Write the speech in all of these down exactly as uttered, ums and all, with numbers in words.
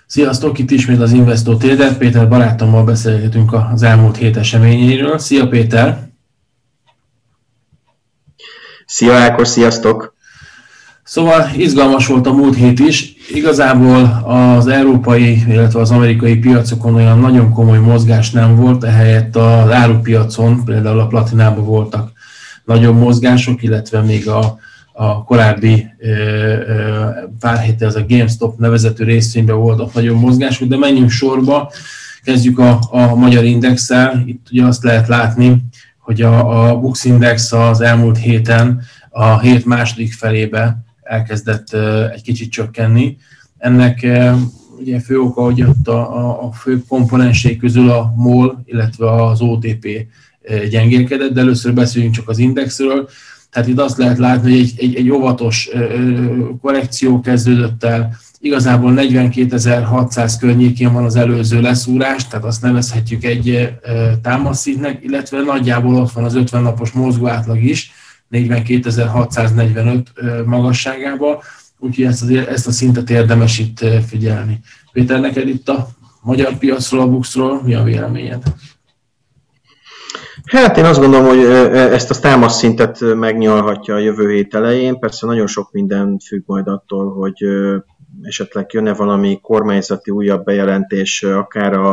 Sziasztok, itt ismét az Investor Trader. Péter barátommal beszélgetünk az elmúlt hét eseményeiről. Szia Péter! Szia Ákos, sziasztok! Szóval izgalmas volt a múlt hét is. Igazából az európai, illetve az amerikai piacokon olyan nagyon komoly mozgás nem volt, ehelyett az árupiacon, például a platinában voltak nagyobb mozgások, illetve még a a korábbi pár héttel az a GameStop nevezetű részvényben voltak nagyon mozgások, de menjünk sorba, kezdjük a, a magyar indexel. Itt ugye azt lehet látni, hogy a, a Bux Index az elmúlt héten a hét második felébe elkezdett egy kicsit csökkenni. Ennek ugye fő oka, hogy ott a, a fő komponensei közül a MOL, illetve az o té pé gyengélkedett, de először beszéljünk csak az indexről. Tehát itt azt lehet látni, hogy egy, egy, egy óvatos korrekció kezdődött el. Igazából negyvenkétezer-hatszáz környékén van az előző leszúrás, tehát azt nevezhetjük egy támaszszintnek, illetve nagyjából ott van az ötven napos mozgóátlag is, negyvenkétezer-hatszáznegyvenöt magasságában, úgyhogy ezt, az, ezt a szintet érdemes itt figyelni. Péter, neked itt a magyar piacról, a Buxról mi a véleményed? Hát én azt gondolom, hogy ezt a támaszszintet megnyalhatja a jövő hét elején. Persze nagyon sok minden függ majd attól, hogy esetleg jön-e valami kormányzati újabb bejelentés, akár a,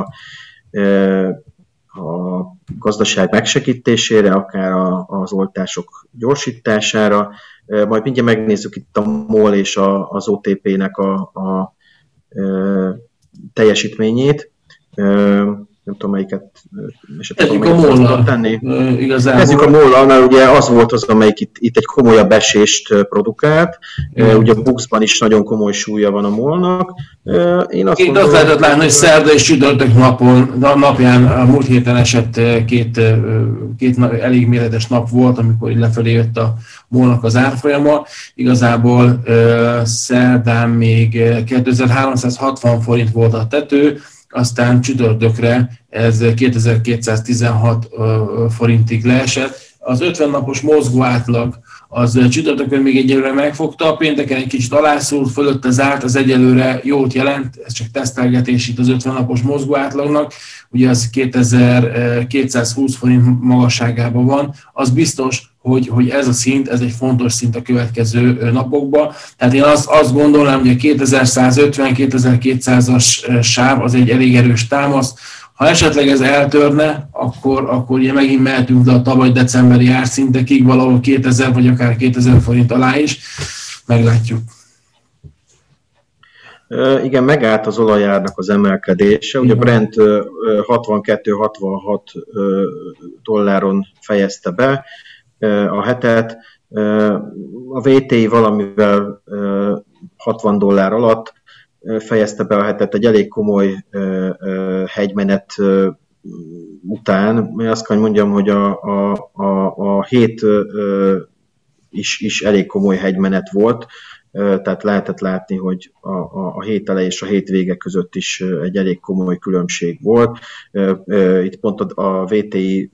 a gazdaság megsegítésére, akár az oltások gyorsítására. Majd mindjárt megnézzük itt a MOL és az o té pének a, a, a teljesítményét. Nem tudom, melyiket Kezdjük a MOL-nal tenni. Igazából. Kezdjük a MOL-nal, mert ugye az volt az, amelyik itt, itt egy komolyabb esést produkált. Mm. Ugye a Buxban is nagyon komoly súlya van a MOL-nak. Én azt, Én azt lehetett látni, hogy szerda és csütörtök napon, napján a múlt héten esett két, két elég méretes nap volt, amikor lefelé jött a MOL-nak az árfolyama. Igazából szerdán még kétezer-háromszázhatvan forint volt a tető, aztán csütörtökre ez kétezer-kétszáztizenhat forintig leesett. Az ötven napos mozgó átlag az csütörtökön még egyelőre megfogta, pénteken egy kicsit alászúrt, fölötte zárt, az egyelőre jót jelent, ez csak tesztelgetés itt az ötven napos mozgó átlagnak, ugye az kétezer-kétszázhúsz forint magasságában van, az biztos, hogy, hogy ez a szint, ez egy fontos szint a következő napokban. Tehát én azt, azt gondolom, hogy a kétezer-százötven-kétezer-kétszázas sáv az egy elég erős támasz. Ha esetleg ez eltörne, akkor, akkor ugye megint mehetünk le a tavaly decemberi árszintekig, valahol kétezer vagy akár kétezer forint alá is. Meglátjuk. Igen, megállt az olajárnak az emelkedése. Ugye Brent hatvankettő-hatvanhat dolláron fejezte be a hetet. A vé té i valamivel hatvan dollár alatt fejezte be a hetet egy elég komoly hegymenet után. Én azt kell mondjam, hogy a, a, a, a hét is, is elég komoly hegymenet volt, tehát lehetett látni, hogy a, a, a hét eleje és a hét vége között is egy elég komoly különbség volt. Itt pont a vé té i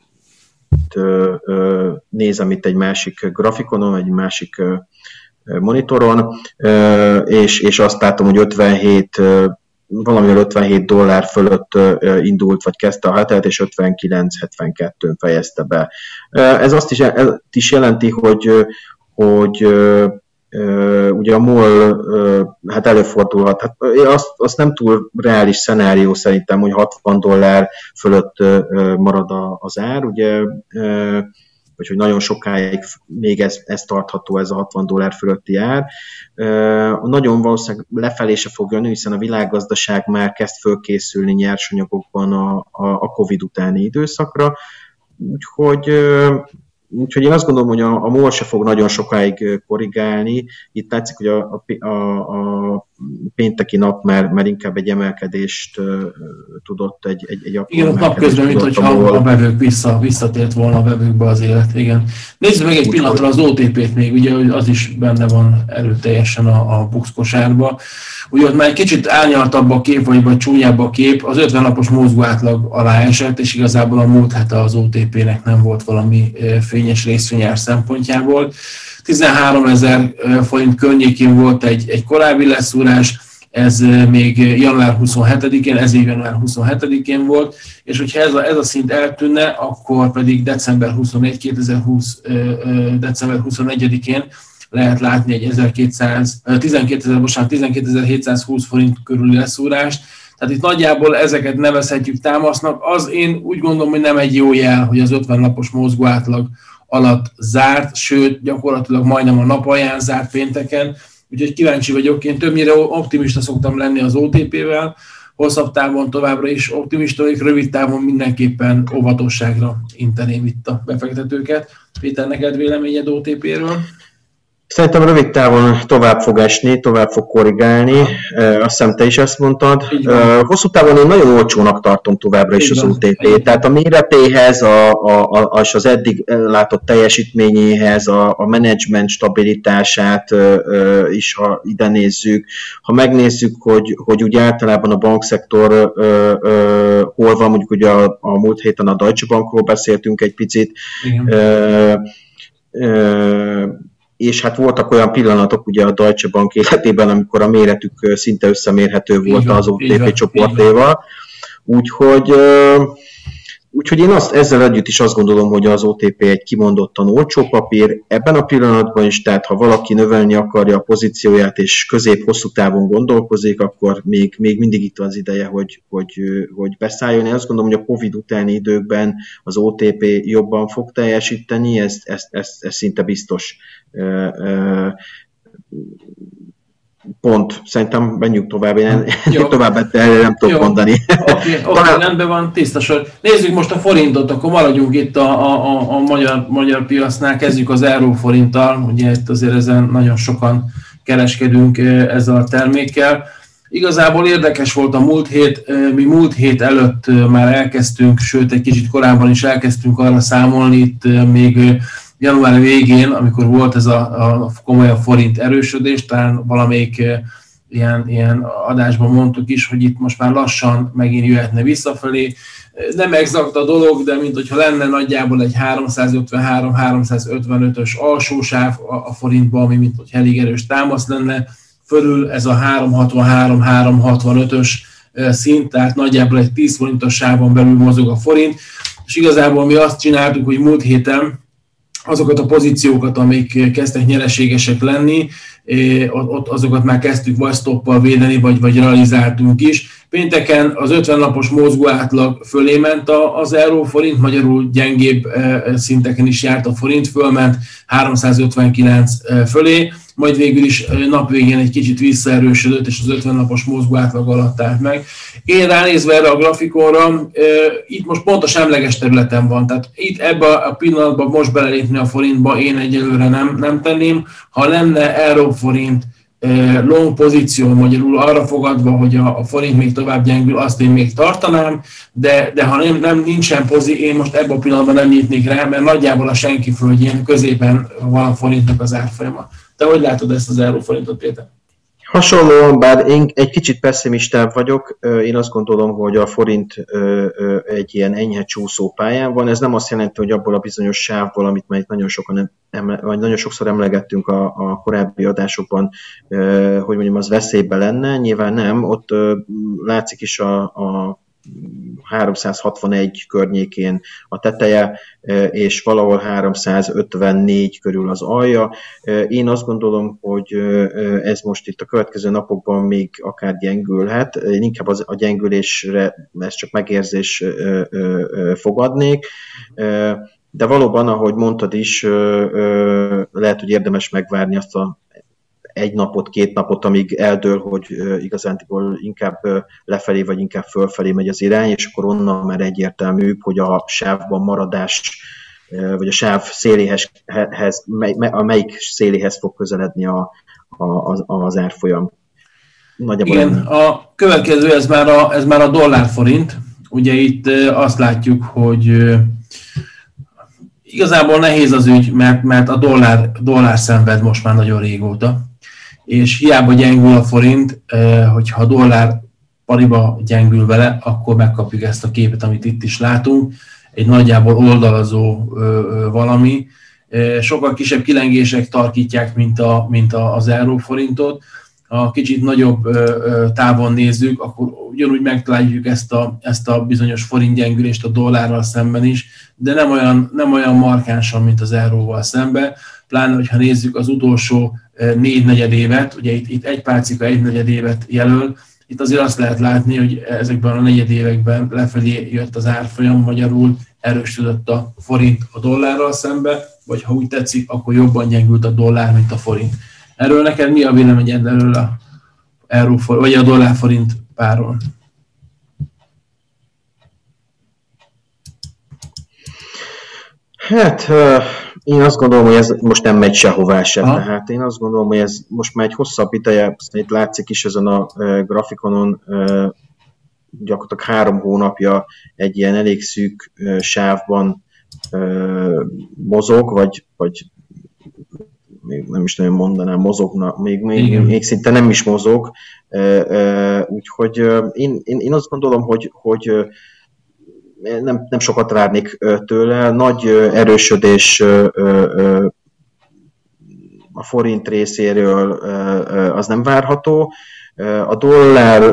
nézem itt egy másik grafikonon, egy másik monitoron, és, és azt látom, hogy ötvenhét, valamivel ötvenhét dollár fölött indult, vagy kezdte a hetet, és ötvenkilenc hetvenkettőn fejezte be. Ez azt is, ez is jelenti, hogy, hogy ugye a MOL hát előfordulhat. Hát azt, azt nem túl reális szenárió szerintem, hogy hatvan dollár fölött marad az ár, ugye, vagy hogy nagyon sokáig még ez, ez tartható, ez a hatvan dollár fölötti ár. Nagyon valószínűleg lefelé se fog jönni, hiszen a világgazdaság már kezd fölkészülni nyersanyagokban a, a, a Covid utáni időszakra. Úgyhogy, úgyhogy én azt gondolom, hogy a, a MOL se fog nagyon sokáig korrigálni. Itt látszik, hogy a, a, a pénteki nap már, már inkább egy emelkedést uh, tudott, egy, egy, egy igen, a napközben, mint hogyha a, a bevők vissza, visszatért volna a bevőkbe az élet, igen. Nézzük meg egy úgy pillanatra az o té pét még, ugye az is benne van erőteljesen a, a Bux kosárba. Ugye ott már egy kicsit árnyaltabb a kép, vagy, vagy csúnyább a kép, az ötven napos mozgó átlag alá esett, és igazából a múlt hete az o té pének nem volt valami fényes részvényár szempontjából. tizenháromezer forint környékén volt egy, egy korábbi leszúrás, ez még január huszonhetedikén, ez év január huszonhetedikén volt, és hogyha ez a, ez a szint eltűnne, akkor pedig december huszonegyedike, kétezer-húsz. december huszonegyedikén lehet látni egy ezerkétszáz, tizenkétezer, bocsánat, tizenkétezer-hétszázhúsz forint körüli leszúrást. Tehát itt nagyjából ezeket nevezhetjük támasznak. Az én úgy gondolom, hogy nem egy jó jel, hogy az ötven napos mozgóátlag alatt zárt, sőt, gyakorlatilag majdnem a nap alján zárt pénteken. Úgyhogy kíváncsi vagyok, én többnyire optimista szoktam lenni az o té pé-vel, hosszabb távon továbbra is optimista vagyok, rövid távon mindenképpen óvatosságra inteném itt a befektetőket. Péter, neked véleményed o té pé-ről? Szerintem rövid távon tovább fog esni, tovább fog korrigálni, azt hiszem te is ezt mondtad. Hosszú távon én nagyon olcsónak tartom továbbra is az o té pé-t, tehát a méretéhez, a, a, a, az eddig látott teljesítményéhez, a, a menedzsment stabilitását is, ha ide nézzük, ha megnézzük, hogy, hogy úgy általában a bankszektor hol van, mondjuk ugye a, a múlt héten a Deutsche Bankról beszéltünk egy picit, ö, ö, és hát voltak olyan pillanatok ugye a Deutsche Bank életében, amikor a méretük szinte összemérhető volt van, az o té pé csoportéval. Úgyhogy, úgyhogy én azt, ezzel együtt is azt gondolom, hogy az o té pé egy kimondottan olcsó papír. Ebben a pillanatban is, tehát ha valaki növelni akarja a pozícióját és közép-hosszú távon gondolkozik, akkor még, még mindig itt az ideje, hogy, hogy, hogy beszálljon. Én azt gondolom, hogy a Covid utáni időkben az o té pé jobban fog teljesíteni, ez, ez, ez, ez szinte biztos. Pont. Szerintem menjünk tovább, én tovább nem tudok Jó. mondani. Oké, okay, okay, rendben van, tisztas. Nézzük most a forintot, akkor maradjunk itt a, a, a magyar, magyar piacnál, kezdjük az euróforinttal, ugye itt azért ezen nagyon sokan kereskedünk ezzel a termékkel. Igazából érdekes volt a múlt hét, mi múlt hét előtt már elkezdtünk, sőt egy kicsit korábban is elkezdtünk arra számolni, itt még január végén, amikor volt ez a, a komolyabb forint erősödés, talán valamelyik e, ilyen, ilyen adásban mondtuk is, hogy itt most már lassan megint jöhetne visszafelé. Nem exakt a dolog, de mint hogyha lenne nagyjából egy háromszázötvenhárom háromszázötvenötös alsósáv a, a forintban, ami mint hogy elég erős támasz lenne. Fölül ez a háromszázhatvanhárom háromszázhatvanötös szint, tehát nagyjából egy tíz forintos sávon belül mozog a forint. És igazából mi azt csináltuk, hogy múlt héten azokat a pozíciókat, amik kezdtek nyereségesek lenni, ott azokat már kezdtük vagy stoppal védeni, vagy, vagy realizáltunk is. Pénteken az ötven napos mozgóátlag fölé ment az euróforint, magyarul gyengébb szinteken is járt a forint, fölment háromszázötvenkilenc fölé, majd végül is napvégén egy kicsit visszaerősödött, és az ötven napos mozgóátlag alatt állt meg. Én ránézve erre a grafikonra, itt most pont a semleges területen van, tehát itt ebben a pillanatban most belelépni a forintba én egyelőre nem, nem tenném. Ha lenne euróforint long pozíció, magyarul arra fogadva, hogy a, a forint még tovább gyengül, azt én még tartanám, de, de ha nem, nem nincsen pozi, én most ebben a pillanatban nem nyitnék rá, mert nagyjából a senki földjén középen van a forintnak az árfolyama. Te hogy látod ezt az euróforintot, Péter? Hasonlóan, bár én egy kicsit pessimistább vagyok, én azt gondolom, hogy a forint egy ilyen enyhe csúszó pályán van. Ez nem azt jelenti, hogy abból a bizonyos sávból, amit már itt nagyon, sokan emle, vagy nagyon sokszor emlegettünk a, a korábbi adásokban, hogy mondjam, az veszélyben lenne. Nyilván nem, ott látszik is a, a háromszázhatvanegy környékén a teteje, és valahol háromszázötvennégy körül az alja. Én azt gondolom, hogy ez most itt a következő napokban még akár gyengülhet. Én inkább az, a gyengülésre ezt csak megérzés fogadnék. De valóban, ahogy mondtad is, lehet, hogy érdemes megvárni azt a egy napot, két napot, amíg eldől, hogy igazándiból inkább lefelé, vagy inkább fölfelé megy az irány, és akkor onnan már egyértelmű, hogy a sávban maradás, vagy a sáv széléhez, a melyik széléhez fog közeledni a, a, az, az árfolyam. Nagyjából igen, ennyi. A következő, ez már a, ez már a dollárforint. Ugye itt azt látjuk, hogy igazából nehéz az ügy, mert, mert a dollár, dollár szenved most már nagyon régóta, és hiába gyengül a forint, hogyha a dollár pariba gyengül vele, akkor megkapjuk ezt a képet, amit itt is látunk, egy nagyjából oldalazó valami. Sokkal kisebb kilengések tarkítják, mint, a, mint az euróforintot. ha kicsit nagyobb távon nézzük, akkor ugyanúgy megtaláljuk ezt a, ezt a bizonyos forintgyengülést a dollárral szemben is, de nem olyan, nem olyan markánsan, mint az euróval szemben. Pláne, hogyha nézzük az utolsó négy negyed évet, ugye itt, itt egy pálcika egy negyed évet jelöl, itt azért azt lehet látni, hogy ezekben a negyed években lefelé jött az árfolyam, magyarul erősödött a forint a dollárral szembe, vagy ha úgy tetszik, akkor jobban gyengült a dollár, mint a forint. Erről neked mi a véleményed erről a euróforint, vagy a dollárforint páron? Hát én azt gondolom, hogy ez most nem megy sehová sem. Tehát én azt gondolom, hogy ez most már egy hosszabb ideje, itt látszik is ezen a grafikonon, gyakorlatilag három hónapja egy ilyen elég szűk sávban mozog, vagy, vagy még nem is nagyon mondanám, mozogna, még, még, még szinte nem is mozog. Úgyhogy én, én, én azt gondolom, hogy, hogy nem, nem sokat várnék tőle. Nagy erősödés a forint részéről az nem várható. A dollár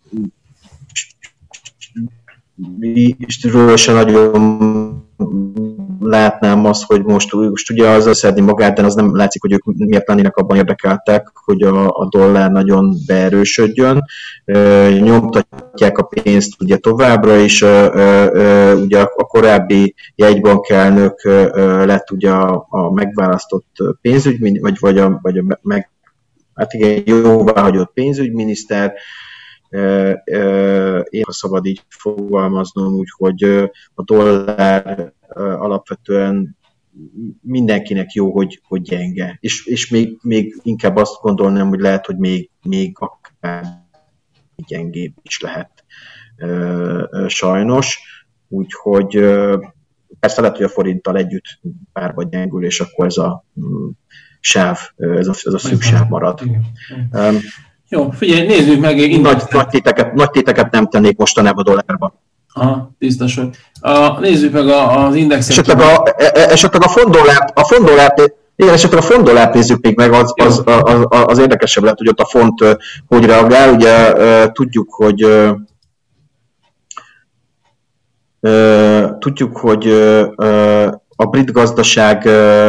ről se nagyon látnám azt, hogy most, most ugye az összedni magát, de az nem látszik, hogy ők miért lennének abban érdekeltek, hogy a, a dollár nagyon beerősödjön. E, nyomtatják a pénzt ugye továbbra is, e, e, ugye a korábbi jegybankelnök e, lett ugye a, a megválasztott pénzügyminiszter, vagy, vagy a, vagy a meg, hát igen, jóváhagyott pénzügyminiszter. Én ha szabad így fogalmaznom, úgyhogy a dollár alapvetően mindenkinek jó, hogy, hogy gyenge. És, és még, még inkább azt gondolnám, hogy lehet, hogy még, még akár gyengébb is lehet sajnos. Úgyhogy persze lehet, hogy a forinttal együtt párba gyengül, és akkor ez a sáv, ez a, ez a szűk sáv marad. Um, Jó, figyelj, nézzük meg. Nagy, nagy, téteket, nagy téteket nem tennék mostanában a dollárban. Aha, tisztaság. A, nézzük meg a, az indexet. Esetleg a, esetleg a fondollárt, a fondollárt, igen, esetleg a fondollárt nézzük még meg, az, az, az, az érdekesebb lehet, hogy ott a font hogy reagál. Ugye tudjuk, hogy tudjuk, hogy a brit gazdaság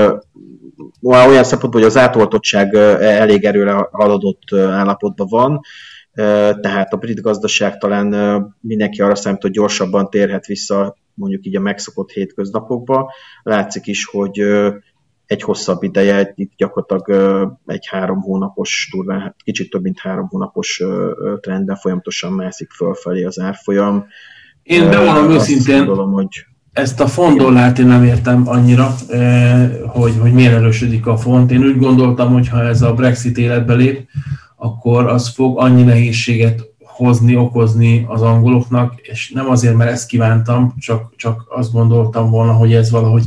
olyan szempontból, hogy az átoltottság elég erőre haladott állapotban van, tehát a brit gazdaság talán mindenki arra számít, hogy gyorsabban térhet vissza mondjuk így a megszokott hétköznapokba. Látszik is, hogy egy hosszabb ideje, itt gyakorlatilag egy három hónapos, durván, kicsit több mint három hónapos trendben folyamatosan mászik fölfelé az árfolyam. Én bevallom őszintén, gondolom, hogy ezt a font dollárt én nem értem annyira, hogy, hogy miért erősödik a font. Én úgy gondoltam, hogy ha ez a Brexit életbe lép, akkor az fog annyi nehézséget hozni, okozni az angoloknak, és nem azért, mert ezt kívántam, csak, csak azt gondoltam volna, hogy ez valahogy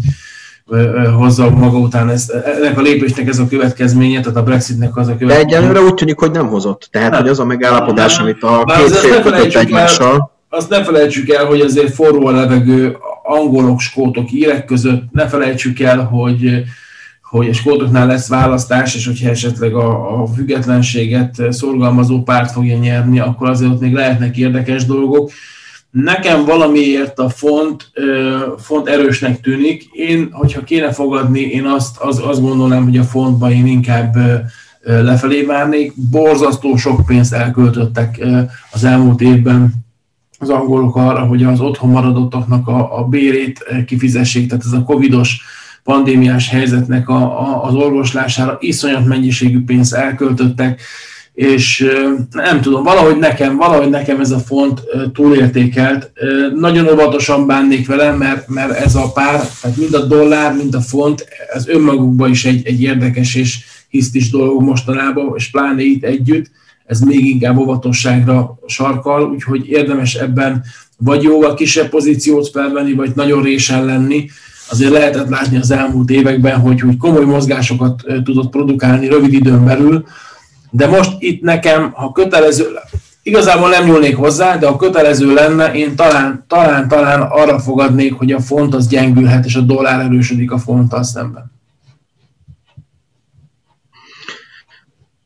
hozza maga után ezt, ennek a lépésnek ez a következménye, tehát a Brexitnek az a következménye. De egyelőre úgy tűnik, hogy nem hozott. Tehát, nem. Hogy az a megállapodás, amit a Bár két fél kötött egymással. Azt ne felejtsük el, hogy azért forró a levegő angolok, skótok, írek között. Ne felejtsük el, hogy, hogy a skótoknál lesz választás, és hogyha esetleg a, a függetlenséget szorgalmazó párt fogja nyerni, akkor azért ott még lehetnek érdekes dolgok. Nekem valamiért a font, font erősnek tűnik. Én, hogyha kéne fogadni, én azt, az, azt gondolnám, hogy a fontban én inkább lefelé várnék. Borzasztó sok pénzt elköltöttek az elmúlt évben az angolok arra, hogy az otthon maradottaknak a, a bérét kifizessék, tehát ez a covidos pandémiás helyzetnek a, a, az orvoslására iszonyat mennyiségű pénzt elköltöttek, és nem tudom, valahogy nekem, valahogy nekem ez a font túlértékelt. Nagyon óvatosan bánnék vele, mert, mert ez a pár, tehát mind a dollár, mind a font, ez önmagukban is egy, egy érdekes és hisztis dolog mostanában, és pláne itt együtt, ez még inkább óvatosságra sarkal, úgyhogy érdemes ebben vagy jóval kisebb pozíciót felvenni, vagy nagyon résen lenni. Azért lehetett látni az elmúlt években, hogy, hogy komoly mozgásokat tudott produkálni rövid időn belül, de most itt nekem, ha kötelező, igazából nem nyúlnék hozzá, de ha kötelező lenne, én talán, talán, talán arra fogadnék, hogy a font az gyengülhet, és a dollár erősödik a fonttal szemben.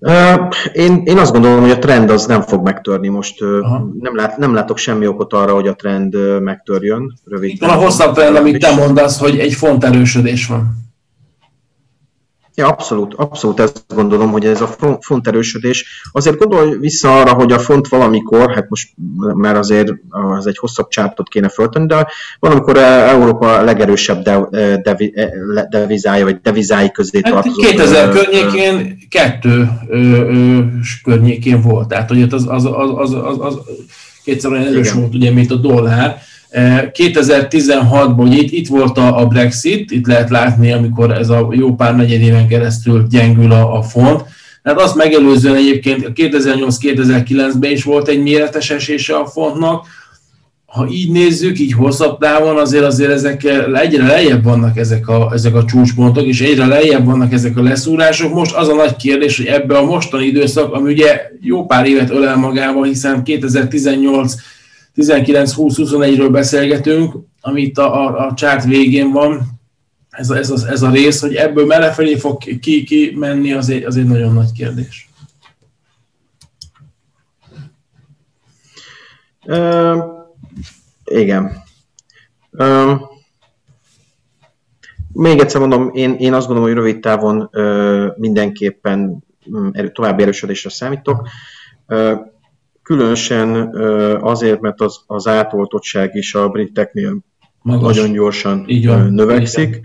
Én, én azt gondolom, hogy a trend az nem fog megtörni most. Nem, lát, nem látok semmi okot arra, hogy a trend megtörjön. Rövid Itt van a hosszabb trend, amit te mondasz, hogy egy font erősödés van. Ja, abszolút, abszolút ezt gondolom, hogy ez a font erősödés. Azért gondolj vissza arra, hogy a font valamikor, hát most már azért az egy hosszabb csártot kéne föltenni, de valamikor Európa legerősebb devi, devizája, vagy devizái közé hát tartozott. kétezer környékén, kettő ö, ö, környékén volt, tehát hogy az, az, az, az, az, az kétszer olyan erős volt, ugye, mint a dollár. kétezer-tizenhatban itt, itt volt a, a Brexit, itt lehet látni, amikor ez a jó pár negyed éven keresztül gyengül a, a font. Hát azt megelőzően egyébként kétezer-nyolc-kétezer-kilencben is volt egy méretes esése a fontnak. Ha így nézzük, így hosszabb távon, azért azért ezek egyre lejjebb vannak ezek a, ezek a csúcspontok, és egyre lejjebb vannak ezek a leszúrások. Most az a nagy kérdés, hogy ebbe a mostani időszak, ami ugye jó pár évet ölel magával, hiszen kétezer-tizennyolc tizenkilenc húsz huszonegyről beszélgetünk, ami itt a, a, a csárt végén van, ez a, ez, a, ez a rész, hogy ebből merrefelé fog ki, ki menni, az egy, az egy nagyon nagy kérdés. Uh, igen. Uh, még egyszer mondom, én, én azt gondolom, hogy rövid távon uh, mindenképpen erő, további erősödésre számítok. Uh, Különösen azért, mert az, az átoltottság is a briteknél magas, nagyon gyorsan növekszik.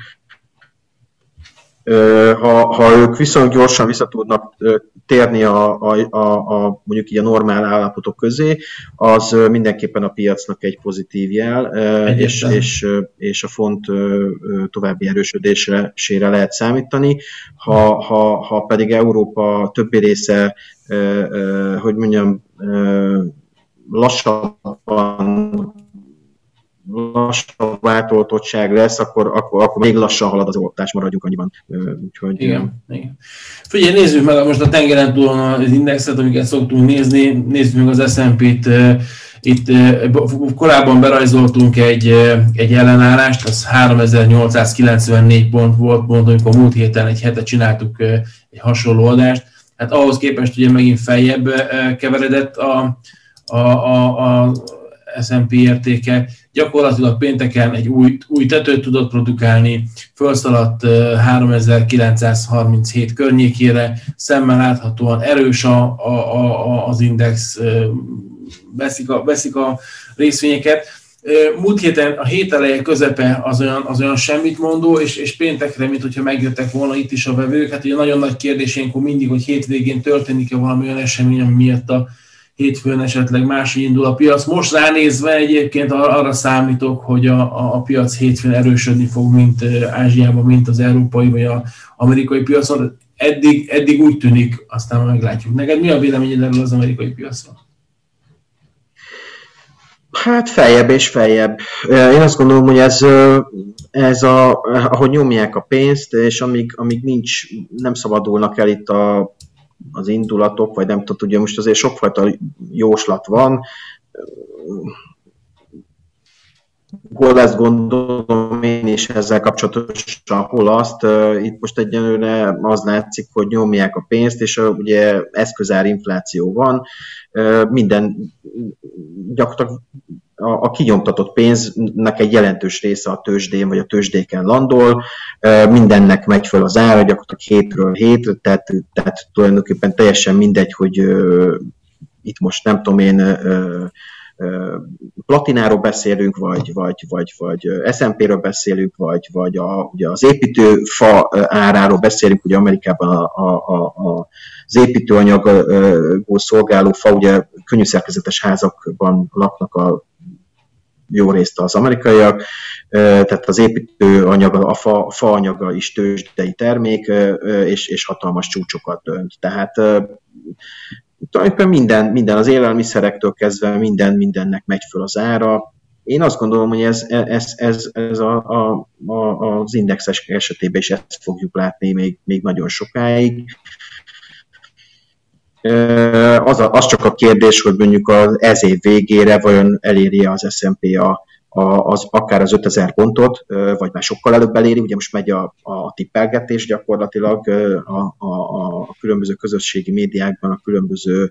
Ha, ha ők viszonylag gyorsan vissza tudnak térni a, a, a, a, mondjuk így a normál állapotok közé, az mindenképpen a piacnak egy pozitív jel, és, és, és a font további erősödésére lehet számítani. Ha, ha, ha pedig Európa többi része, hogy mondjam, lassabban lassabb átoltottság lesz, akkor, akkor, akkor még lassan halad az oltás, maradjunk annyiban. Úgyhogy, igen, igen. Figyelj, nézzük meg most a tengeren túlon az indexet, amiket szoktunk nézni, nézzük meg az es and pét. Itt korábban berajzoltunk egy, egy ellenállást, az háromezer-nyolcszázkilencvennégy pont volt, pont amikor múlt héten egy hete csináltuk egy hasonló adást. Hát ahhoz képest ugye megint feljebb keveredett a, a, a, a es and pé értéke, gyakorlatilag pénteken egy új, új tetőt tudott produkálni, felszaladt háromezer-kilencszázharminchét környékére, szemmel láthatóan erős a, a, a, az index, veszik a, veszik a részvényeket. Múlt héten a hét eleje közepe az olyan, az olyan semmit mondó, és, és péntekre, mint hogyha megjöttek volna itt is a vevők. Hát ugye nagyon nagy kérdés ilyenkor mindig, hogy hétvégén történik-e valami olyan esemény, ami miatt a hétfőn esetleg máshogy indul a piac. Most ránézve egyébként arra számítok, hogy a, a piac hétfőn erősödni fog, mint Ázsiában, mint az európai vagy az amerikai piacon. Eddig, eddig úgy tűnik, aztán meglátjuk. Neked mi a véleményed erről az amerikai piacról? Hát feljebb és feljebb. Én azt gondolom, hogy ez, ez a, ahogy nyomják a pénzt, és amíg, amíg nincs, nem szabadulnak el itt a az indulatok, vagy nem tudom, ugye most azért sokfajta jóslat van. Hol ezt gondolom én is ezzel kapcsolatosan, hol azt. Itt most egyenlőre az látszik, hogy nyomják a pénzt, és ugye eszközár infláció van. Minden gyakorlatilag a, a kinyomtatott pénznek egy jelentős része a tőzsdén, vagy a tőzsdéken landol, mindennek megy föl az ára, gyakorlatilag hétről hétre, tehát, tehát tulajdonképpen teljesen mindegy, hogy uh, itt most nem tudom én, uh, uh, platináról beszélünk, vagy, vagy, vagy, vagy es and pé-ről beszélünk, vagy, vagy a, ugye az építőfa áráról beszélünk, ugye Amerikában a, a, a, az építőanyagból szolgáló fa, ugye könnyű szerkezetes házakban laknak a jó részt az amerikaiak, tehát az építőanyaga, a fa, faanyaga is tőzsdei termék, és, és hatalmas csúcsokat dönt. Tehát tulajdonképpen minden, minden, az élelmiszerektől kezdve minden, mindennek megy föl az ára. Én azt gondolom, hogy ez, ez, ez, ez a, a, a, az indexes esetében is ezt fogjuk látni még, még nagyon sokáig. Az, a, az csak a kérdés, hogy mondjuk az ez év végére vajon eléri az es and pé a, az, akár az ötezer pontot, vagy már sokkal előbb eléri, ugye most megy a, a tippelgetés gyakorlatilag a, a, a különböző közösségi médiákban, a különböző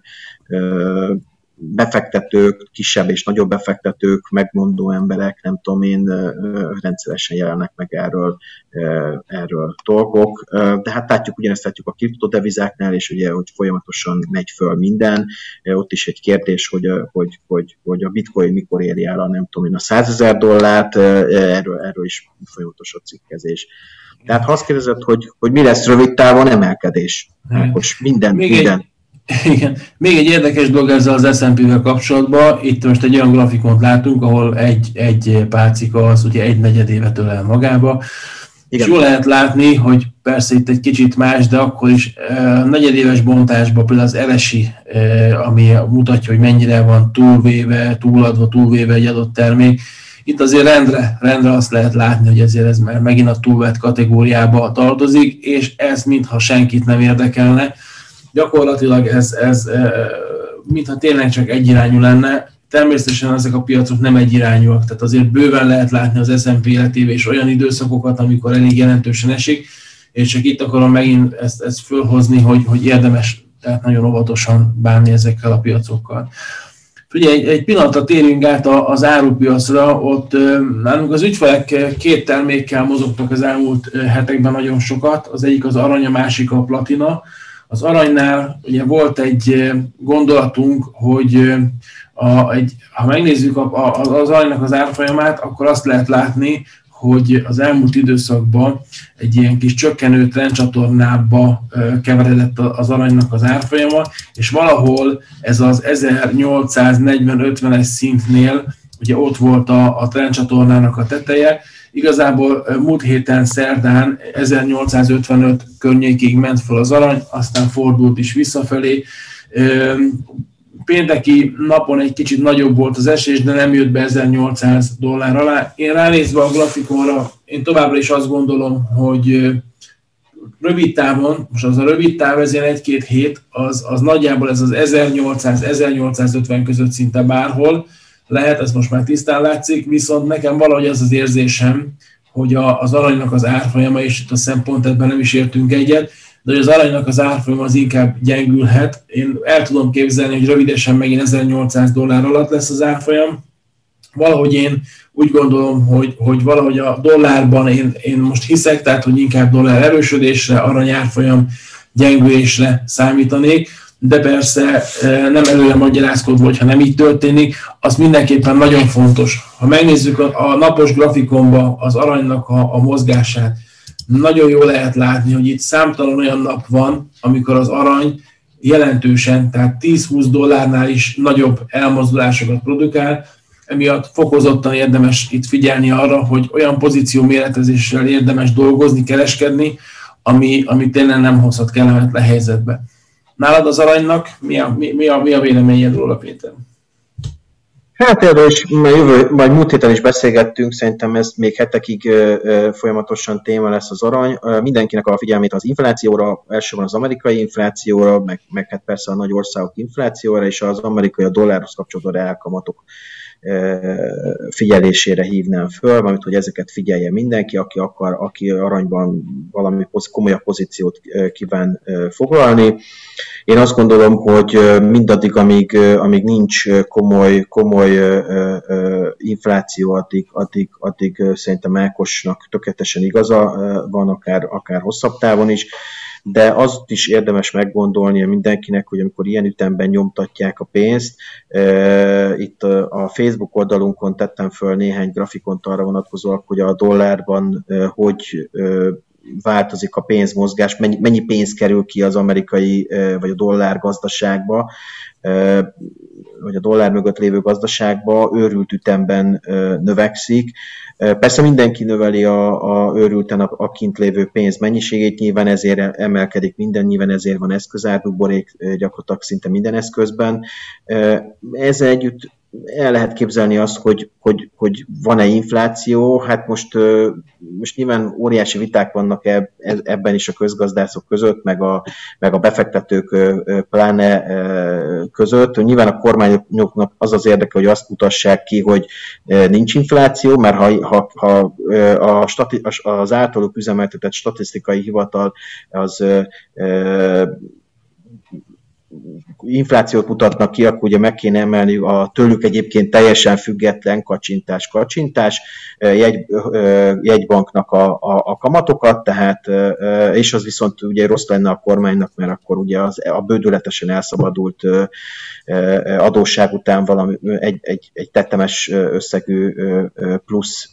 befektetők, kisebb és nagyobb befektetők, megmondó emberek, nem tudom én, rendszeresen jelennek meg erről, erről dolgok. De hát látjuk, ugyanezt látjuk a kriptodevizáknál, és ugye, hogy folyamatosan megy föl minden. Ott is egy kérdés, hogy, hogy, hogy, hogy a bitcoin mikor éri el a, nem tudom én, a százezer dollárt, erről, erről is folyamatos a cikkezés. Tehát ha azt kérdezed, hogy, hogy mi lesz rövid távon, emelkedés. Most minden, Még minden. Egy... Igen. Még egy érdekes dolog ezzel az es and pé-vel kapcsolatban, itt most egy olyan grafikont látunk, ahol egy, egy pálcika az ugye egy negyedévet ölel magába, igen. És jól lehet látni, hogy persze itt egy kicsit más, de akkor is uh, negyedéves bontásban például az er es i, uh, ami mutatja, hogy mennyire van túlvéve, túladva, túlvéve egy adott termék. Itt azért rendre, rendre azt lehet látni, hogy ezért ez már megint a túlvett kategóriába tartozik, és ez mintha senkit nem érdekelne. Gyakorlatilag ez, ez mintha tényleg csak egyirányú lenne. Természetesen ezek a piacok nem egyirányúak, tehát azért bőven lehet látni az es and pé életébe és olyan időszakokat, amikor elég jelentősen esik, és csak itt akarom megint ezt, ezt fölhozni, hogy, hogy érdemes tehát nagyon óvatosan bánni ezekkel a piacokkal. Ugye egy, egy pillanatra térjünk át az árupiacra, ott nálunk az ügyfelek két termékkel mozogtak az elmúlt hetekben nagyon sokat, az egyik az arany, a másik a platina. Az aranynál ugye volt egy gondolatunk, hogy a, egy, ha megnézzük a, a, az aranynak az árfolyamát, akkor azt lehet látni, hogy az elmúlt időszakban egy ilyen kis csökkenő trendcsatornába keveredett az aranynak az árfolyama, és valahol ez az ezernyolcszáznegyven-ötvenes szintnél, ugye ott volt a, a trendcsatornának a teteje. Igazából múlt héten szerdán ezernyolcszázötvenöt környékig ment fel az arany, aztán fordult is visszafelé. Pénteki napon egy kicsit nagyobb volt az esés, de nem jött be ezernyolcszáz dollár alá. Én ránézve a grafikonra, én továbbra is azt gondolom, hogy rövid távon, most az a rövid táv, ez ilyen egy-két hét, az, az nagyjából ez az ezernyolcszáz-ezernyolcszázötven között szinte bárhol lehet, ez most már tisztán látszik, viszont nekem valahogy az az érzésem, hogy a, az aranynak az árfolyama, és itt a szempont ebben nem is értünk egyet, de hogy az aranynak az árfolyama az inkább gyengülhet. Én el tudom képzelni, hogy rövidesen megint ezernyolcszáz dollár alatt lesz az árfolyam. Valahogy én úgy gondolom, hogy, hogy valahogy a dollárban én, én most hiszek, tehát hogy inkább dollár erősödésre, arany árfolyam gyengülésre számítanék, de persze nem előre magyarázkodva, hogyha nem így történik, az mindenképpen nagyon fontos. Ha megnézzük a, a napos grafikonba az aranynak a, a mozgását, nagyon jól lehet látni, hogy itt számtalan olyan nap van, amikor az arany jelentősen, tehát tíz-húsz dollárnál is nagyobb elmozdulásokat produkál, emiatt fokozottan érdemes itt figyelni arra, hogy olyan pozíció méretezéssel érdemes dolgozni, kereskedni, ami, ami tényleg nem hozhat kellemetlen helyzetbe. Nálad az aranynak mi a, mi, mi a, mi a véleményed róla, Péter? Hát erről is jövő, majd múlt héten is beszélgettünk, szerintem ez még hetekig ö, folyamatosan téma lesz az arany. Mindenkinek a figyelmét az inflációra, elsősorban az amerikai inflációra, meg, meg hát persze a nagy országok inflációra, és az amerikai a dollárhoz kapcsolódó reálkamatok figyelésére hívnám föl, valamint, hogy ezeket figyelje mindenki, aki akar, aki aranyban valami komolyabb pozíciót kíván foglalni. Én azt gondolom, hogy mindaddig, amíg, amíg nincs komoly, komoly infláció, addig, addig, addig szerintem Ákosnak tökéletesen igaza van, akár, akár hosszabb távon is. De azt is érdemes meggondolnia mindenkinek, hogy amikor ilyen ütemben nyomtatják a pénzt, e, itt a Facebook oldalunkon tettem föl néhány grafikont arra vonatkozóak, hogy a dollárban e, hogy e, változik a pénzmozgás, mennyi, mennyi pénz kerül ki az amerikai e, vagy a dollár gazdaságba, e, vagy a dollár mögött lévő gazdaságba őrült ütemben e, növekszik. Persze mindenki növeli a, a őrülten a, a kint lévő pénz mennyiségét, nyilván ezért emelkedik minden, nyilván ezért van eszközárbuborék gyakorlatilag szinte minden eszközben. Ezzel együtt el lehet képzelni azt, hogy, hogy, hogy van-e infláció, hát most, most nyilván óriási viták vannak eb, ebben is a közgazdászok között, meg a, meg a befektetők pláne között. Nyilván a kormány kormányoknak az az érdeke, hogy azt mutassák ki, hogy nincs infláció, mert ha, ha, ha a stati, az általuk üzemeltetett statisztikai hivatal az inflációt mutatnak ki, akkor ugye meg kéne emelni a tőlük egyébként teljesen független kacsintás, kacsintás jegy, jegybanknak a, a, a kamatokat, tehát, és az viszont ugye rossz lenne a kormánynak, mert akkor ugye az, a bődületesen elszabadult adósság után valami egy, egy, egy tetemes összegű plusz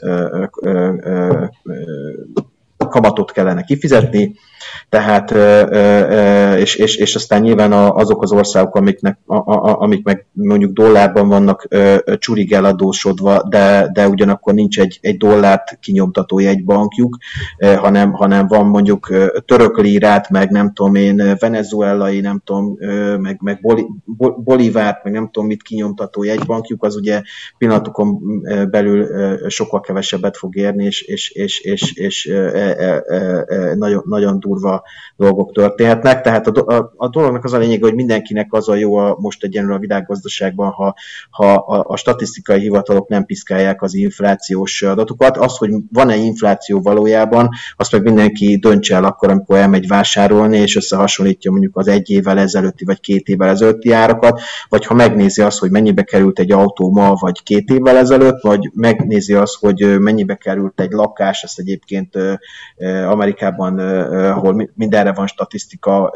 kamatot kellene kifizetni, tehát, és, és, és aztán nyilván azok az országok, amiknek, amik meg mondjuk dollárban vannak csurig eladósodva, de, de ugyanakkor nincs egy, egy dollárt kinyomtató jegybankjuk, hanem, hanem van mondjuk török lírát, meg nem tudom én, venezuelai, nem tudom, meg, meg boli, bolivárt, meg nem tudom mit kinyomtató jegybankjuk, az ugye pillanatokon belül sokkal kevesebbet fog érni, és, és, és, és, és e, e, e, nagyon, nagyon durva dolgok történhetnek. Tehát a, a, a dolognak az a lényeg, hogy mindenkinek az a jó a, most egyenlően a világgazdaságban, ha, ha a, a statisztikai hivatalok nem piszkálják az inflációs adatokat. Az, hogy van-e infláció valójában, azt meg mindenki döntse el akkor, amikor elmegy vásárolni, és összehasonlítja mondjuk az egy évvel ezelőtti, vagy két évvel ezelőtti árakat, vagy ha megnézi azt, hogy mennyibe került egy autó ma, vagy két évvel ezelőtt, vagy megnézi azt, hogy mennyibe került egy lakás, ezt egyébként Amerikában, ahol mindenre van statisztika,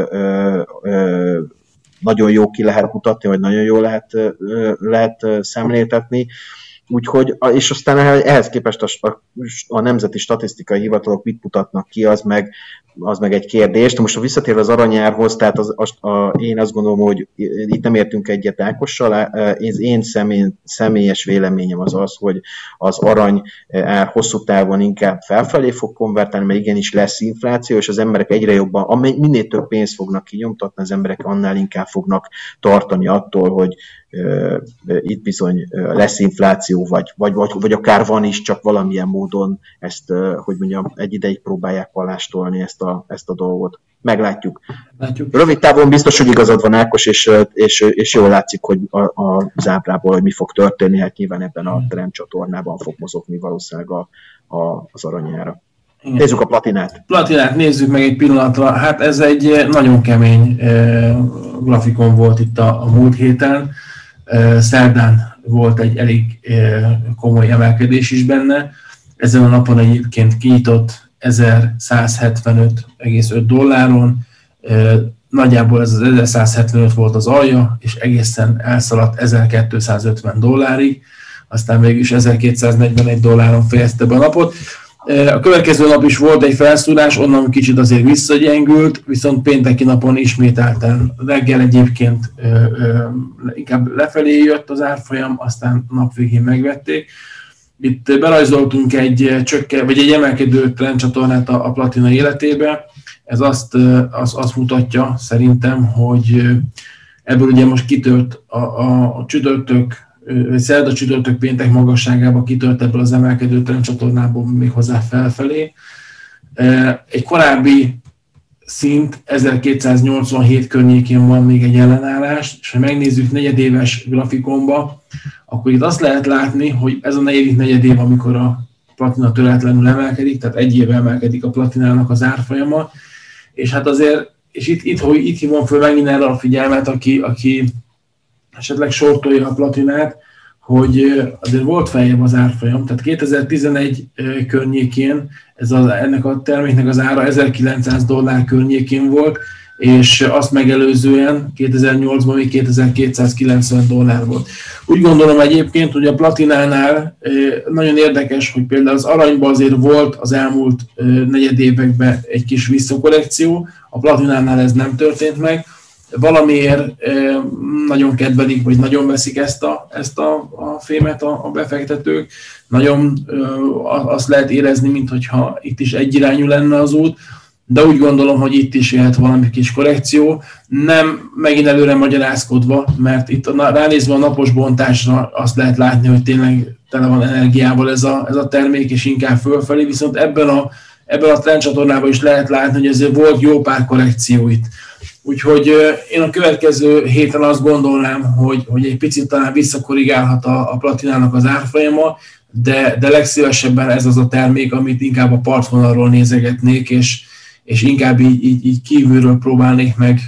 nagyon jó ki lehet mutatni, vagy nagyon jó lehet, lehet szemléltetni. Úgyhogy, és aztán ehhez képest a, a, a nemzeti statisztikai hivatalok mit mutatnak ki, az meg, az meg egy kérdés. De most ha visszatérve az aranyárhoz, tehát az, a, a, én azt gondolom, hogy itt nem értünk egyet Ákossal, az én személy, személyes véleményem az az, hogy az arany ár hosszú távon inkább felfelé fog konvertálni, mert igenis lesz infláció, és az emberek egyre jobban, minél több pénzt fognak kinyomtatni, az emberek annál inkább fognak tartani attól, hogy Uh, itt bizony uh, lesz infláció, vagy, vagy, vagy, vagy akár van is, csak valamilyen módon ezt, uh, hogy mondjam, egy ideig próbálják palástolni ezt a, ezt a dolgot. Meglátjuk. Látjuk. Rövid távon biztos, hogy igazad van, Ákos, és, és, és jól látszik, hogy a, a zábrából, hogy mi fog történni, hát nyilván ebben a Trend csatornában fog mozogni valószínűleg a, a, az aranyára. Igen. Nézzük a platinát. Platinát nézzük meg egy pillanatra. Hát ez egy nagyon kemény eh, grafikon volt itt a, a múlt héten. Szerdán volt egy elég komoly emelkedés is benne. Ezen a napon egyébként kinyitott ezerszázhetvenöt egész öt dolláron. Nagyjából ez az ezerszázhetvenöt volt az alja, és egészen elszaladt ezerkétszázötven dollárig. Aztán végül is ezerkétszáznegyvenegy dolláron fejezte be a napot. A következő nap is volt egy felszúrás, onnan kicsit azért visszagyengült, viszont pénteki napon ismételten reggel egyébként ö, ö, inkább lefelé jött az árfolyam, aztán nap végén megvették. Itt berajzoltunk egy csökke, vagy egy emelkedő trendcsatornát a, a platina életébe. Ez azt, az, azt mutatja szerintem, hogy ebből ugye most kitört a, a, a csütörtök, vagy szerda csütörtök péntek magasságába kitört ebből az emelkedő trendcsatornából még hozzá felfelé. Egy korábbi szint ezerkétszáznyolcvanhét környékén van még egy ellenállás, és ha megnézzük negyedéves grafikonba, akkor itt azt lehet látni, hogy ez a negyedik negyedév, amikor a platina töretlenül emelkedik, tehát egy éve emelkedik a platinának az árfolyama, és hát azért, és itt, itt, itt, itt hívom föl megint erre a figyelmet, aki, aki esetleg sortolja a platinát, hogy azért volt feljebb az árfolyam, tehát kétezer-tizenegy környékén ez az, ennek a terméknek az ára ezerkilencszáz dollár környékén volt, és azt megelőzően kétezer-nyolcban még kétezer-kétszázkilencven dollár volt. Úgy gondolom egyébként, hogy a platinánál nagyon érdekes, hogy például az aranyban azért volt az elmúlt negyedévekben egy kis visszakorrekció, a platinánál ez nem történt meg, valamiért nagyon kedvelik, vagy nagyon veszik ezt a, ezt a, a fémet a, a befektetők. Nagyon azt lehet érezni, mintha itt is egyirányú lenne az út, de úgy gondolom, hogy itt is jöhet valami kis korrekció. Nem megint előre magyarázkodva, mert itt a, ránézve a napos bontásra azt lehet látni, hogy tényleg tele van energiával ez a, ez a termék, és inkább fölfelé, viszont ebben a, ebben a trendcsatornában is lehet látni, hogy azért volt jó pár korrekció itt. Úgyhogy én a következő héten azt gondolnám, hogy, hogy egy picit talán visszakorrigálhat a, a platinának az árfolyama, de, de legszívesebben ez az a termék, amit inkább a partvonalról nézegetnék, és, és inkább így, így, így kívülről próbálnék meg,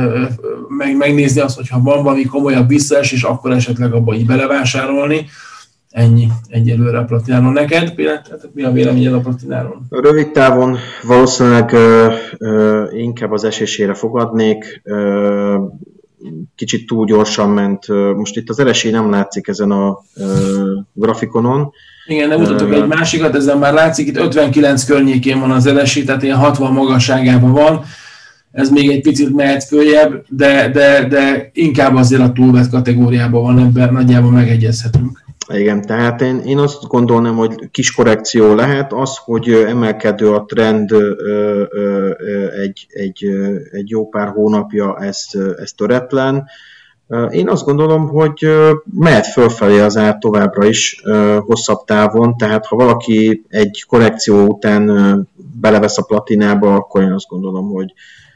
meg, megnézni azt, hogyha van valami komolyabb visszaesés, akkor esetleg abba így belevásárolni. Ennyi egyelőre a platináról. Neked például, mi a véleményed a platináról? Rövid távon valószínűleg ö, ö, inkább az esésére fogadnék. Ö, kicsit túl gyorsan ment. Most itt az esély nem látszik ezen a ö, grafikonon. Igen, nem mutatok uh, egy másikat, ezen már látszik, itt ötvenkilenc környékén van az esély, tehát ilyen hatvan magasságában van. Ez még egy picit mehet följebb, de, de, de inkább azért a túlvett kategóriában van, ebben nagyjából megegyezhetünk. Igen, tehát én, én azt gondolnám, hogy kis korrekció lehet. Az, hogy emelkedő a trend ö, ö, egy, egy, egy jó pár hónapja, ez, ez töretlen. Én azt gondolom, hogy mehet fölfelé az ár továbbra is hosszabb távon, tehát ha valaki egy korrekció után belevesz a platinába, akkor én azt gondolom, hogy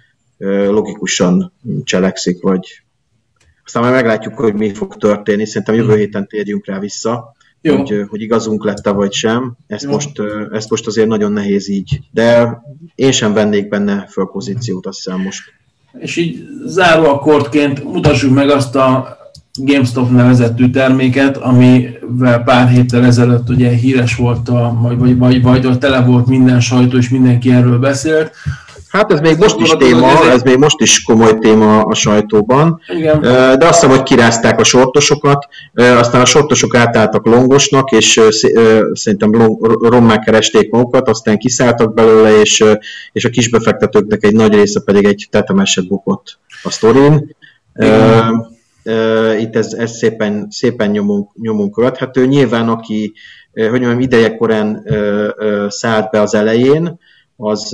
logikusan cselekszik, vagy aztán már meglátjuk, hogy mi fog történni. Szerintem jövő héten térjünk rá vissza, hogy, hogy igazunk lett-e vagy sem. Ezt most, ezt most azért nagyon nehéz így. De én sem vennék benne föl pozíciót, azt hiszem most. És így záróakkordként mutassuk meg azt a GameStop nevezetű terméket, amivel pár héttel ezelőtt ugye híres volt, a, vagy, vagy, vagy, vagy tele volt minden sajtó, és mindenki erről beszélt. Hát ez még most is téma, ez még most is komoly téma a sajtóban. Igen. De azt hiszem, hogy kirázták a sortosokat, aztán a sortosok átálltak longosnak, és szerintem rommá keresték magukat, aztán kiszálltak belőle, és, és a kisbefektetőknek egy nagy része pedig egy tetemeset bukott a sztorin. Igen. Itt ez, ez szépen, szépen nyomunk, nyomunk követhető. Nyilván, aki hogy mondjam, ideje korán szállt be az elején, az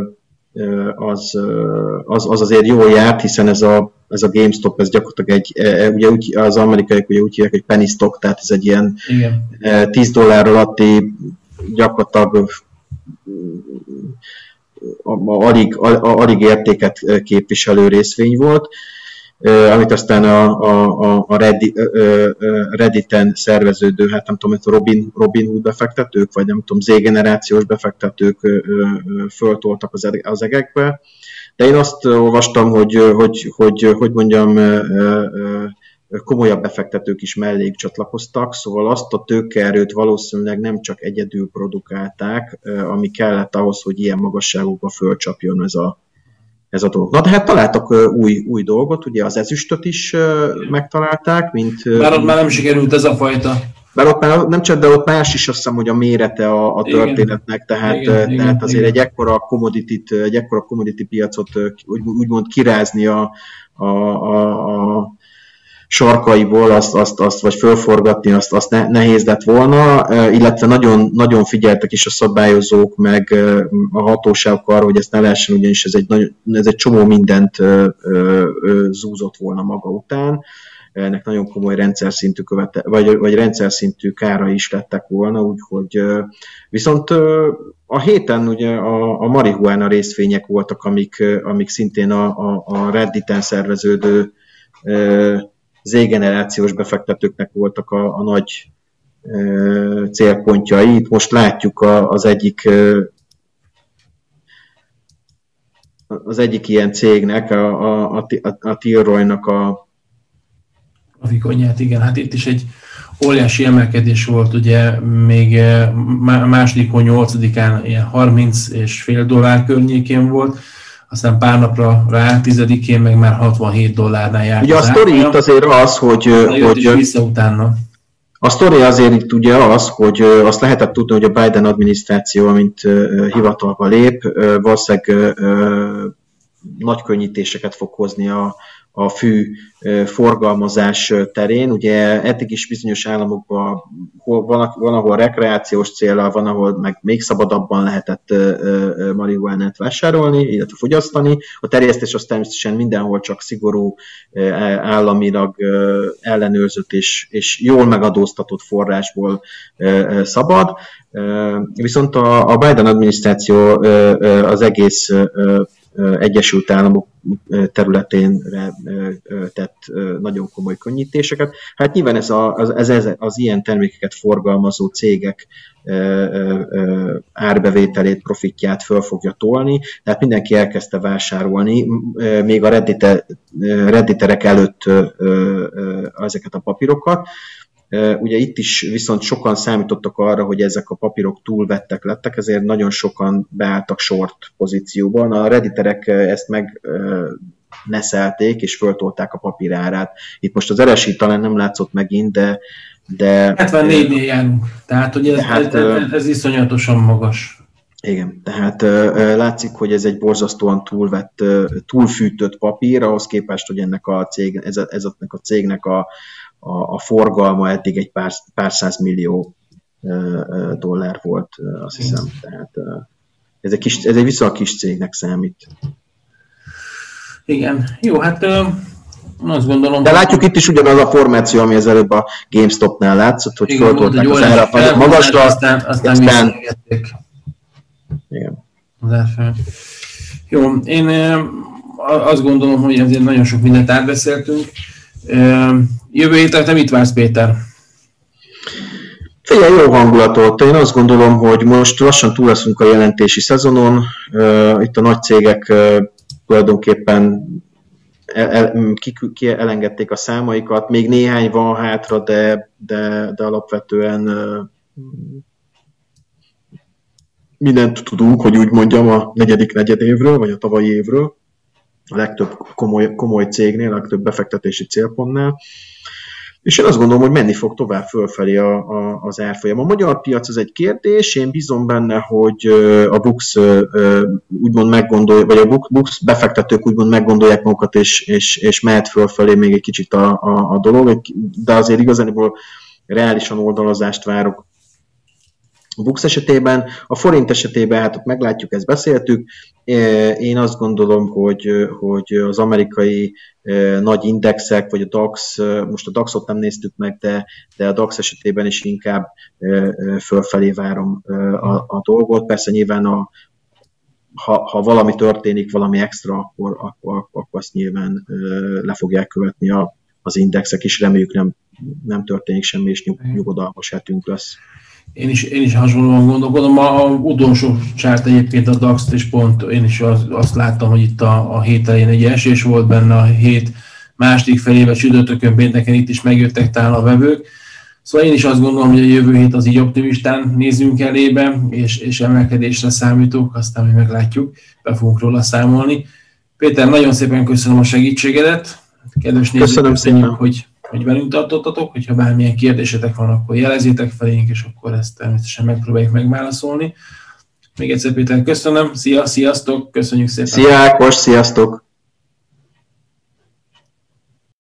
Az, az, az azért jól járt, hiszen ez a, ez a GameStop, ez gyakorlatilag egy, ugye úgy, az amerikaiak ugye úgy hívják, hogy penny stock, tehát ez egy ilyen igen. tíz dollár alatti gyakorlatilag alig, alig értéket képviselő részvény volt, amit aztán a, a, a Reddit, Redditen szerveződő, hát nem tudom, Robin, Robin Hood befektetők, vagy nem tudom, Z-generációs befektetők föltoltak az, az egekbe. De én azt olvastam, hogy, hogy, hogy, hogy mondjam, komolyabb befektetők is melléjük csatlakoztak, szóval azt a tőkeerőt valószínűleg nem csak egyedül produkálták, ami kellett ahhoz, hogy ilyen magasságokba fölcsapjon ez a ez a dolog. Na, de hát találtak uh, új, új dolgot, ugye az ezüstöt is uh, megtalálták, mint... Uh, Bár ott már nem sikerült ez a fajta. Bár ott már nem csak, de ott más is azt hiszem, hogy a mérete a, a történetnek, igen. tehát, igen, uh, tehát igen, azért igen. egy ekkora commodity-t, egy ekkora commodity piacot uh, úgy, úgymond kirázni a, a, a, a sarkaiból, azt, azt, azt vagy fölforgatni, azt, azt nehéz lett volna, illetve nagyon, nagyon figyeltek is a szabályozók, meg a hatóságok arra, hogy ezt ne lehessen, ugyanis ez egy, nagy, ez egy csomó mindent zúzott volna maga után. Ennek nagyon komoly rendszer szintű, követe, vagy, vagy rendszer szintű kára is lettek volna, úgyhogy viszont a héten ugye a, a marihuána részvények voltak, amik, amik szintén a, a, a Redditen szerveződő Z-generációs befektetőknek voltak a, a nagy e, célpontjai. Itt most látjuk a, az egyik e, az egyik ilyen cégnek, a, a, a, a Tilroynak a grafikonját, igen, hát itt is egy óriási emelkedés volt, ugye még második hó nyolcadikán ilyen harminc és fél dollár környékén volt, aztán pár napra rá, tizedikén meg már hatvanhét dollárnál járt. Ugye a sztori itt azért az, hogy... hogy vissza utána. A sztori azért itt ugye az, hogy azt lehetett tudni, hogy a Biden adminisztráció, amint hivatalba lép, valószínűleg nagy könnyítéseket fog hozni a, a fű forgalmazás terén. Ugye eddig is bizonyos államokban van, van ahol rekreációs céllal, van, ahol meg még szabadabban lehetett marihuánát vásárolni, illetve fogyasztani. A terjesztés az természetesen mindenhol csak szigorú, államilag ellenőrzött és, és jól megadóztatott forrásból szabad. Viszont a, a Biden adminisztráció az egész Egyesült Államok területén tett nagyon komoly könnyítéseket. Hát nyilván ez, a, az, ez az ilyen termékeket forgalmazó cégek árbevételét, profitját föl fogja tolni, tehát mindenki elkezdte vásárolni, még a reddite, redditerek előtt ezeket a papírokat. Ugye itt is viszont sokan számítottak arra, hogy ezek a papírok túlvettek lettek, ezért nagyon sokan beálltak short pozícióban. A redditerek ezt meg neszelték, és föltolták a papírárát. Itt most az er es i talán nem látszott megint, de... de hetvennégynél járunk, tehát hogy ez, hát, ez, ez, ez iszonyatosan magas. Igen, tehát látszik, hogy ez egy borzasztóan túlvett, túlfűtött papír, ahhoz képest, hogy ennek a cég, ez, ez a cégnek a A, a forgalma eddig egy pár, pár száz millió uh, dollár volt, uh, azt hiszem. Tehát uh, ez, egy kis, ez egy viszonylag kis cégnek számít. Igen. Jó, hát uh, azt gondolom... De látjuk itt is ugyanaz a formáció, ami az előbb a GameStopnál látszott, hogy föltolták az árat magasra, aztán, aztán, aztán visszajötték. Igen. Jó, én uh, azt gondolom, hogy ezért nagyon sok mindent átbeszéltünk. Uh, Jövő héten te mit vársz, Péter? Figyelj, jó hangulatot. Én azt gondolom, hogy most lassan túl leszünk a jelentési szezonon. Uh, itt a nagy cégek uh, tulajdonképpen el, el, ki, ki elengedték a számaikat. Még néhány van hátra, de, de, de alapvetően uh, mindent tudunk, hogy úgy mondjam, a negyedik negyedévről, vagy a tavalyi évről. A legtöbb komoly, komoly cégnél, a legtöbb befektetési célpontnál. És én azt gondolom, hogy menni fog tovább fölfelé a, a, az árfolyam. A magyar piac az egy kérdés, én bízom benne, hogy a Bux úgymond meggondolja, vagy a Bux befektetők úgymond meggondolják magukat, és, és, és mehet fölfelé még egy kicsit a, a, a dolog, de azért igazából reálisan oldalazást várok. A Bux esetében, a forint esetében, hát ott meglátjuk, ezt beszéltük. Én azt gondolom, hogy, hogy az amerikai nagy indexek, vagy a DAX, most a DAX-ot nem néztük meg, de, de a DAX esetében is inkább fölfelé várom a, a dolgot. Persze nyilván, a, ha, ha valami történik, valami extra, akkor, akkor, akkor azt nyilván le fogják követni a, az indexek is. Reméljük nem, nem történik semmi, és nyug, nyugodalmas hetünk lesz. Én is, én is hasonlóan gondolkodom. A, a utolsó csárt egyébként a DAX-t, és pont én is az, azt láttam, hogy itt a, a hét elején egy esés volt benne, a hét második felébe, csütörtökön, pénteken itt is megjöttek talán a vevők. Szóval én is azt gondolom, hogy a jövő hét az így optimistán nézzünk elébe, és, és emelkedésre számítok, aztán mi meglátjuk, be fogunk róla számolni. Péter, nagyon szépen köszönöm a segítségedet. Kedves nézők, köszönjük, hogy hogy velünk tartottatok, hogyha bármilyen kérdésetek van, akkor jelezzétek felénk, és akkor ezt természetesen megpróbáljuk megválaszolni. Még egyszer, Péter, köszönöm, szia, sziasztok, köszönjük szépen! Szia Ákos, sziasztok!